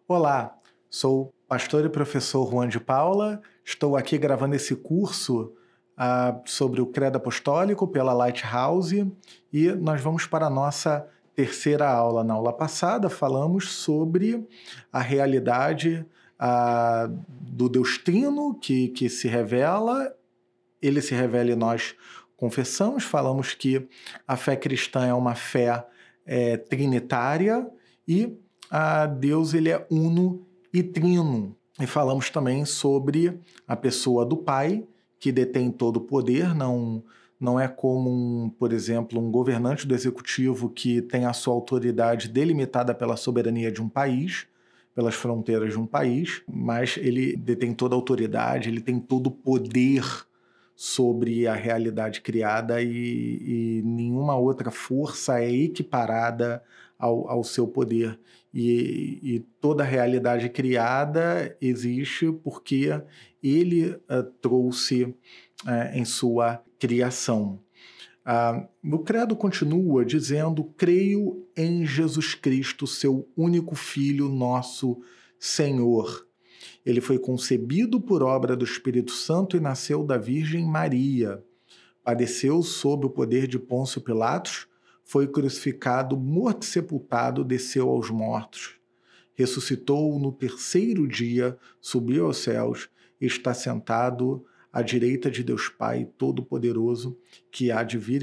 Olá, sou o pastor e professor Juan de Paula. Estou aqui gravando esse curso sobre o Credo Apostólico pela Lighthouse e nós vamos para a nossa terceira aula. Na aula passada falamos sobre a realidade do Deus Trino que se revela, ele se revela e nós confessamos. Falamos que a fé cristã é uma fé trinitária e Deus ele é uno e trino. E falamos também sobre a pessoa do Pai, que detém todo o poder, não é como, por exemplo, um governante do executivo que tem a sua autoridade delimitada pela soberania de um país, pelas fronteiras de um país, mas ele detém toda a autoridade, ele tem todo o poder sobre a realidade criada e nenhuma outra força é equiparada ao seu poder. E toda a realidade criada existe porque ele trouxe em sua criação. O credo continua dizendo: creio em Jesus Cristo, seu único Filho, nosso Senhor. Ele foi concebido por obra do Espírito Santo e nasceu da Virgem Maria. Padeceu sob o poder de Pôncio Pilatos, foi crucificado, morto e sepultado, desceu aos mortos. Ressuscitou no terceiro dia, subiu aos céus, e está sentado à direita de Deus Pai Todo-Poderoso, que há de vir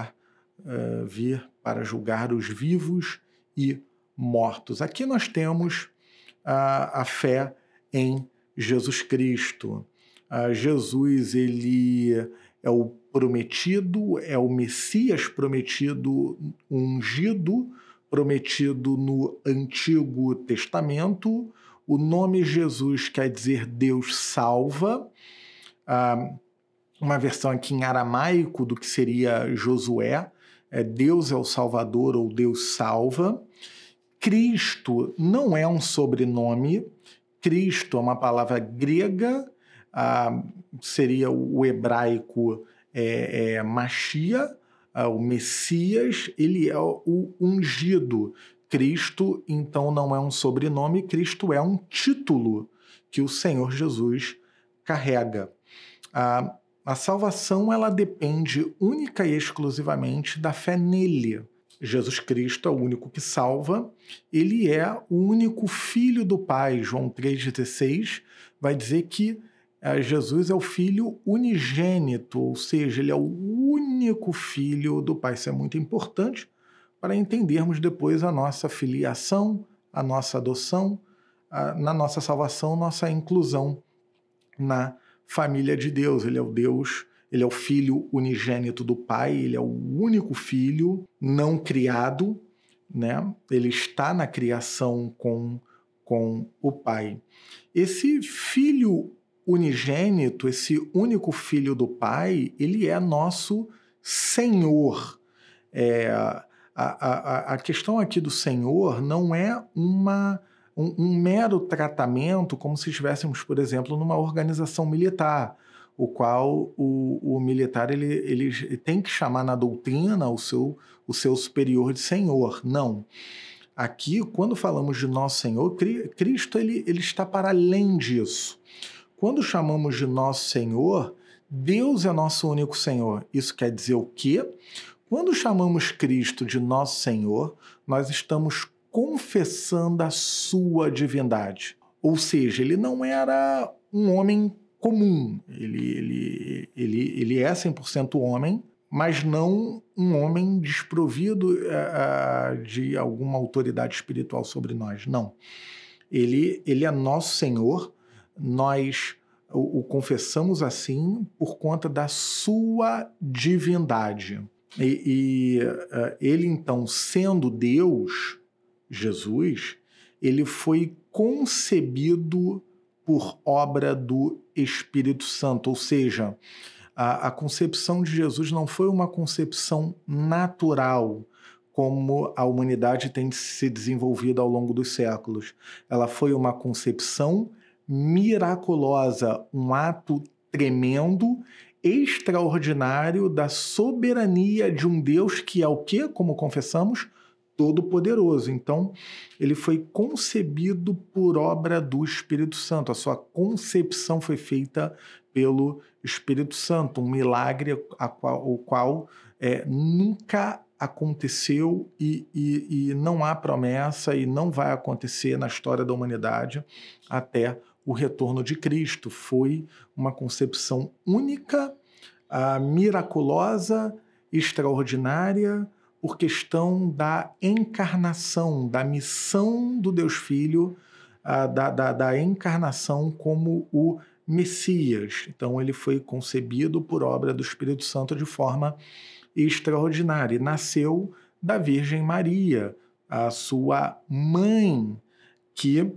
para julgar os vivos e mortos. Aqui nós temos a fé em Jesus Cristo. Jesus, ele é o prometido, é o Messias prometido, ungido, prometido no Antigo Testamento. O nome Jesus quer dizer Deus salva. Uma versão aqui em aramaico do que seria Josué, Deus é o Salvador ou Deus salva. Cristo não é um sobrenome. Cristo é uma palavra grega, seria o hebraico Machia, o Messias, ele é o ungido. Cristo, então, não é um sobrenome, Cristo é um título que o Senhor Jesus carrega. A salvação, ela depende única e exclusivamente da fé nele. Jesus Cristo é o único que salva, ele é o único Filho do Pai. João 3,16 vai dizer que Jesus é o Filho unigênito, ou seja, ele é o único Filho do Pai. Isso é muito importante para entendermos depois a nossa filiação, a nossa adoção, na nossa salvação, nossa inclusão na família de Deus. Ele é o Deus, ele é o Filho unigênito do Pai, ele é o único Filho não criado, né? Ele está na criação com o Pai. Esse Filho unigênito, esse único Filho do Pai, ele é nosso Senhor. A questão aqui do Senhor não é um mero tratamento como se estivéssemos, por exemplo, numa organização militar, o qual o militar ele tem que chamar na doutrina o seu superior de Senhor. Não. Aqui, quando falamos de nosso Senhor, Cristo ele está para além disso. Quando chamamos de nosso Senhor, Deus é nosso único Senhor. Isso quer dizer o quê? Quando chamamos Cristo de nosso Senhor, nós estamos confessando a sua divindade. Ou seja, ele não era um homem comum. Ele é 100% homem, mas não um homem desprovido de alguma autoridade espiritual sobre nós. Não. Ele é nosso Senhor. Nós o confessamos assim por conta da sua divindade. Ele, então, sendo Deus, Jesus, ele foi concebido por obra do Espírito Santo, ou seja, a concepção de Jesus não foi uma concepção natural, como a humanidade tem se desenvolvido ao longo dos séculos. Ela foi uma concepção miraculosa, um ato tremendo, extraordinário da soberania de um Deus que é o quê? Como confessamos? Todo-Poderoso. Então, ele foi concebido por obra do Espírito Santo. A sua concepção foi feita pelo Espírito Santo, um milagre o qual nunca aconteceu e não há promessa e não vai acontecer na história da humanidade até o retorno de Cristo. Foi uma concepção única, miraculosa, extraordinária, por questão da encarnação, da missão do Deus Filho, da encarnação como o Messias. Então, ele foi concebido por obra do Espírito Santo de forma extraordinária. E nasceu da Virgem Maria, a sua mãe, que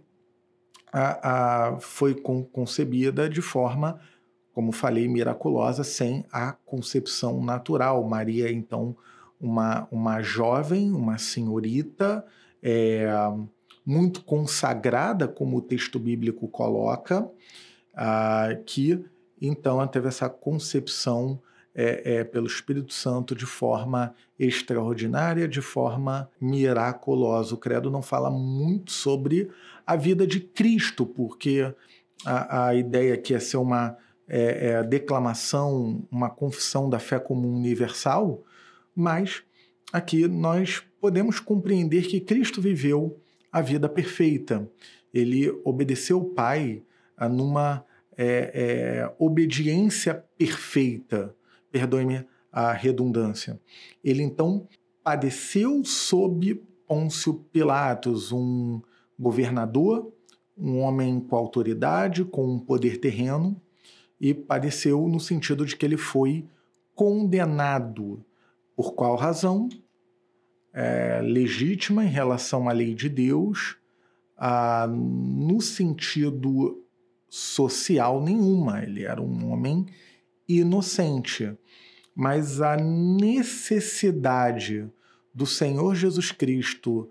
foi concebida de forma, como falei, miraculosa, sem a concepção natural. Maria, então, uma jovem, uma senhorita, muito consagrada, como o texto bíblico coloca, que então teve essa concepção pelo Espírito Santo de forma extraordinária, de forma miraculosa. O credo não fala muito sobre a vida de Cristo, porque a ideia aqui é ser uma declamação, uma confissão da fé comum universal, mas aqui nós podemos compreender que Cristo viveu a vida perfeita. Ele obedeceu o Pai numa obediência perfeita. Perdoe-me a redundância. Ele, então, padeceu sob Pôncio Pilatos, um governador, um homem com autoridade, com um poder terreno, e padeceu no sentido de que ele foi condenado. Por qual razão? Legítima em relação à lei de Deus, no sentido social nenhuma. Ele era um homem inocente, mas a necessidade do Senhor Jesus Cristo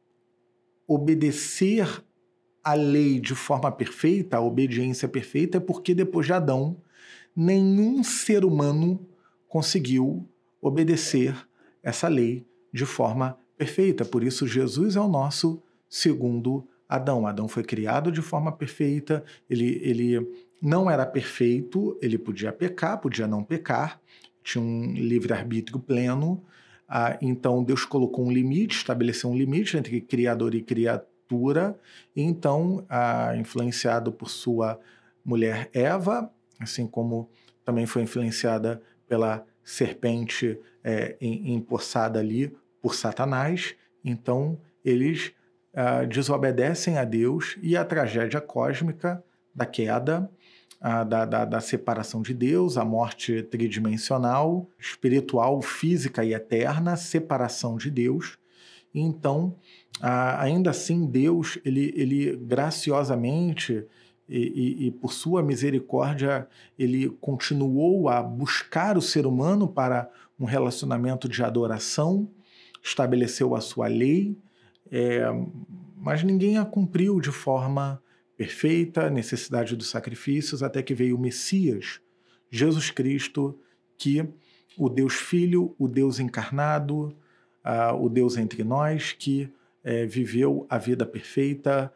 obedecer a lei de forma perfeita, a obediência perfeita, é porque depois de Adão, nenhum ser humano conseguiu obedecer essa lei de forma perfeita. Por isso, Jesus é o nosso segundo Adão. Adão foi criado de forma perfeita, ele não era perfeito, ele podia pecar, podia não pecar, tinha um livre-arbítrio pleno. Então, Deus colocou um limite, estabeleceu um limite entre criador e criatura. E então, influenciado por sua mulher Eva, assim como também foi influenciada pela serpente empossada ali por Satanás, então eles desobedecem a Deus, e a tragédia cósmica da queda, da separação de Deus, a morte tridimensional, espiritual, física e eterna, separação de Deus. E então, ainda assim, Deus, ele graciosamente e por sua misericórdia, ele continuou a buscar o ser humano para um relacionamento de adoração, estabeleceu a sua lei, mas ninguém a cumpriu de forma perfeita, necessidade dos sacrifícios, até que veio o Messias, Jesus Cristo, que o Deus Filho, o Deus encarnado, o Deus entre nós, que viveu a vida perfeita,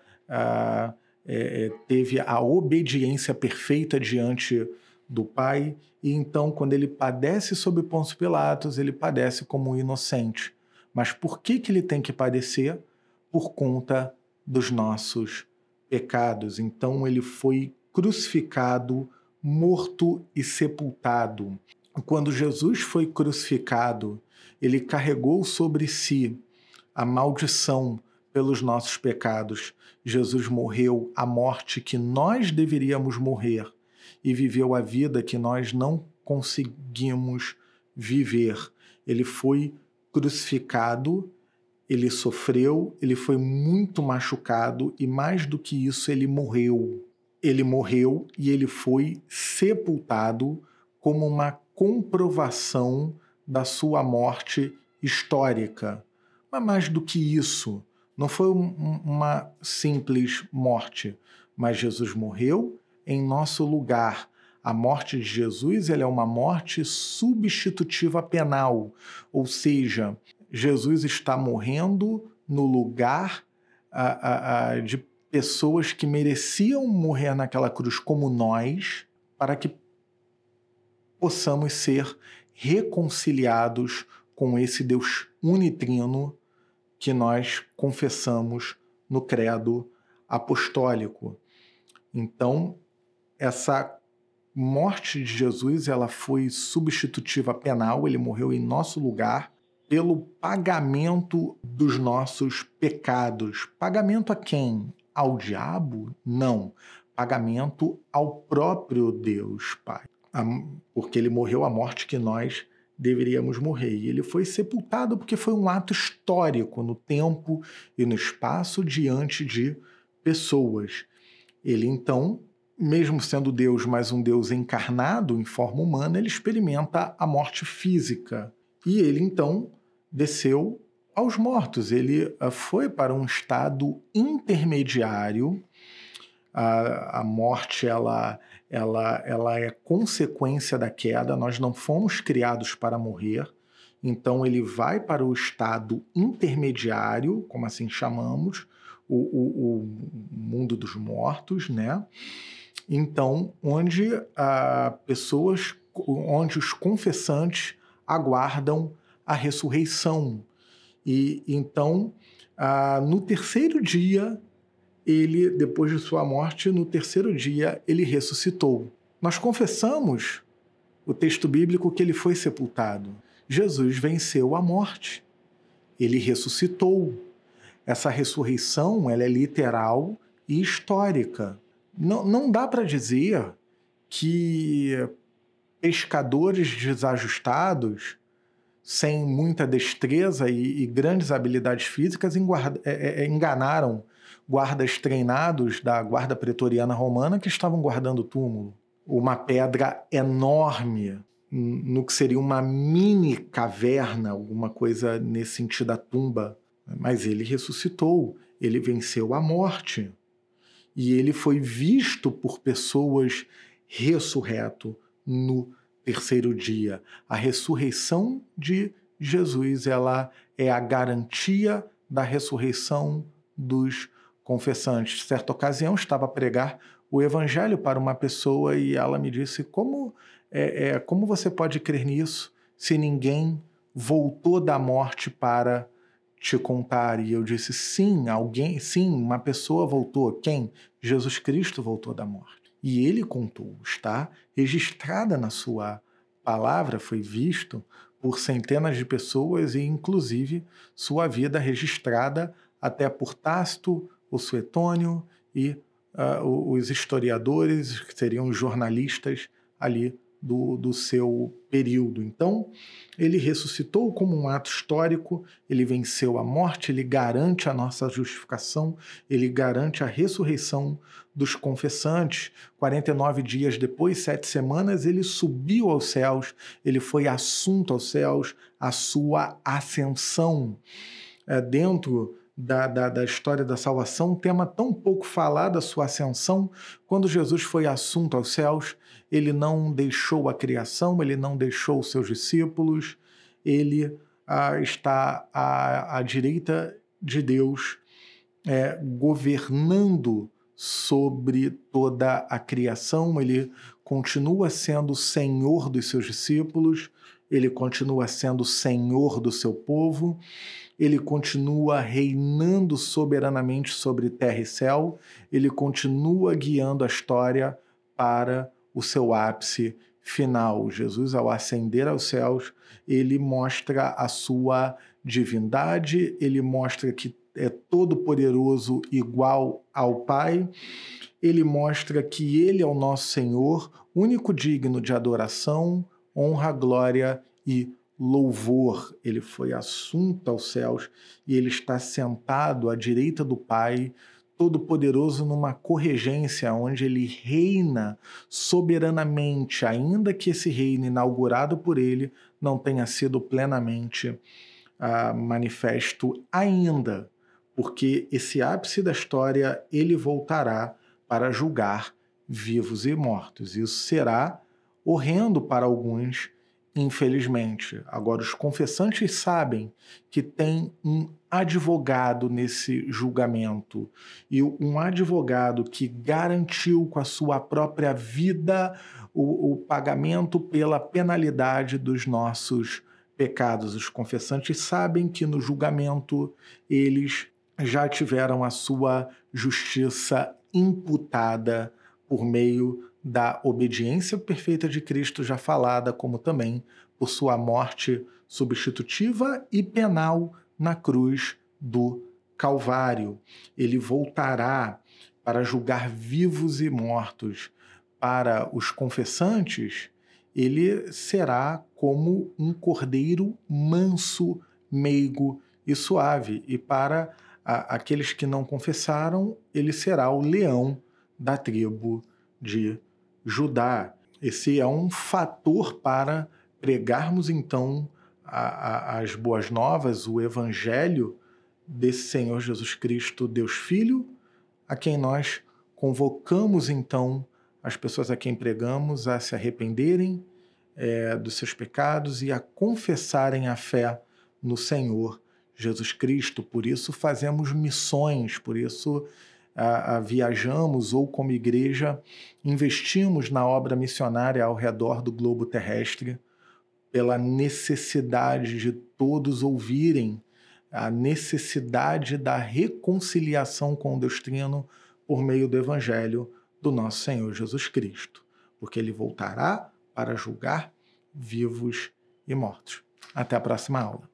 teve a obediência perfeita diante do Pai, e então, quando ele padece sob Pôncio Pilatos, ele padece como um inocente. Mas por que ele tem que padecer? Por conta dos nossos pecados. Então, ele foi crucificado, morto e sepultado. Quando Jesus foi crucificado, ele carregou sobre si a maldição pelos nossos pecados. Jesus morreu a morte que nós deveríamos morrer e viveu a vida que nós não conseguimos viver. Ele foi crucificado, ele sofreu, ele foi muito machucado e, mais do que isso, ele morreu. Ele morreu e ele foi sepultado como uma comprovação da sua morte histórica. Mas mais do que isso, não foi uma simples morte, mas Jesus morreu em nosso lugar. A morte de Jesus é uma morte substitutiva penal, ou seja, Jesus está morrendo no lugar de pessoas que mereciam morrer naquela cruz como nós, para que possamos ser reconciliados com esse Deus unitrino que nós confessamos no credo apostólico. Então, essa morte de Jesus, ela foi substitutiva penal, ele morreu em nosso lugar pelo pagamento dos nossos pecados. Pagamento a quem? Ao diabo? Não. Pagamento ao próprio Deus Pai. Porque ele morreu a morte que nós deveríamos morrer. E ele foi sepultado porque foi um ato histórico no tempo e no espaço diante de pessoas. Ele, então, mesmo sendo Deus, mas um Deus encarnado em forma humana, ele experimenta a morte física. E ele, então, desceu aos mortos. Ele foi para um estado intermediário. A morte, ela é consequência da queda. Nós não fomos criados para morrer. Então, ele vai para o estado intermediário, como assim chamamos, o mundo dos mortos, né? Então, onde onde os confessantes aguardam a ressurreição. E então, no terceiro dia, ele, depois de sua morte, no terceiro dia, ele ressuscitou. Nós confessamos o texto bíblico que ele foi sepultado. Jesus venceu a morte. Ele ressuscitou. Essa ressurreição, ela é literal e histórica. Não dá para dizer que pescadores desajustados, sem muita destreza e grandes habilidades físicas, enganaram guardas treinados da guarda pretoriana romana que estavam guardando o túmulo. Uma pedra enorme, no que seria uma mini caverna, alguma coisa nesse sentido da tumba. Mas ele ressuscitou, ele venceu a morte. E ele foi visto por pessoas ressurreto no terceiro dia. A ressurreição de Jesus, ela é a garantia da ressurreição dos confessantes. Certa ocasião, estava a pregar o evangelho para uma pessoa e ela me disse: como você pode crer nisso se ninguém voltou da morte para te contar? E eu disse: sim, uma pessoa voltou. Quem? Jesus Cristo voltou da morte. E ele contou, está registrada na sua palavra, foi visto por centenas de pessoas e inclusive sua vida registrada até por Tácito, o Suetônio e os historiadores, que seriam os jornalistas ali do seu período. Então, ele ressuscitou como um ato histórico, ele venceu a morte, ele garante a nossa justificação, ele garante a ressurreição dos confessantes. 49 dias depois, 7 semanas, ele subiu aos céus, ele foi assunto aos céus, a sua ascensão. Dentro da história da salvação, um tema tão pouco falado, a sua ascensão. Quando Jesus foi assunto aos céus, ele não deixou a criação, ele não deixou os seus discípulos, ele está à direita de Deus, governando sobre toda a criação. Ele continua sendo Senhor dos seus discípulos, ele continua sendo Senhor do seu povo, ele continua reinando soberanamente sobre terra e céu, ele continua guiando a história para o seu ápice final. Jesus, ao ascender aos céus, ele mostra a sua divindade, ele mostra que é todo-poderoso igual ao Pai, ele mostra que ele é o nosso Senhor, único digno de adoração, honra, glória e louvor. Ele foi assunto aos céus e ele está sentado à direita do Pai, todo-poderoso, numa corregência onde ele reina soberanamente, ainda que esse reino inaugurado por ele não tenha sido plenamente manifesto ainda, porque esse ápice da história ele voltará para julgar vivos e mortos. Isso será horrendo para alguns infelizmente. Agora, os confessantes sabem que tem um advogado nesse julgamento, e um advogado que garantiu com a sua própria vida o pagamento pela penalidade dos nossos pecados. Os confessantes sabem que no julgamento eles já tiveram a sua justiça imputada por meio da obediência perfeita de Cristo já falada, como também por sua morte substitutiva e penal na cruz do Calvário. Ele voltará para julgar vivos e mortos. Para os confessantes, ele será como um cordeiro manso, meigo e suave. E para aqueles que não confessaram, ele será o leão da tribo de Judá. Esse é um fator para pregarmos, então, as boas novas, o evangelho desse Senhor Jesus Cristo, Deus Filho, a quem nós convocamos, então, as pessoas a quem pregamos a se arrependerem dos seus pecados e a confessarem a fé no Senhor Jesus Cristo. Por isso fazemos missões, por isso viajamos ou como igreja investimos na obra missionária ao redor do globo terrestre, pela necessidade de todos ouvirem a necessidade da reconciliação com o Deus Trino por meio do evangelho do nosso Senhor Jesus Cristo, porque ele voltará para julgar vivos e mortos. Até a próxima aula.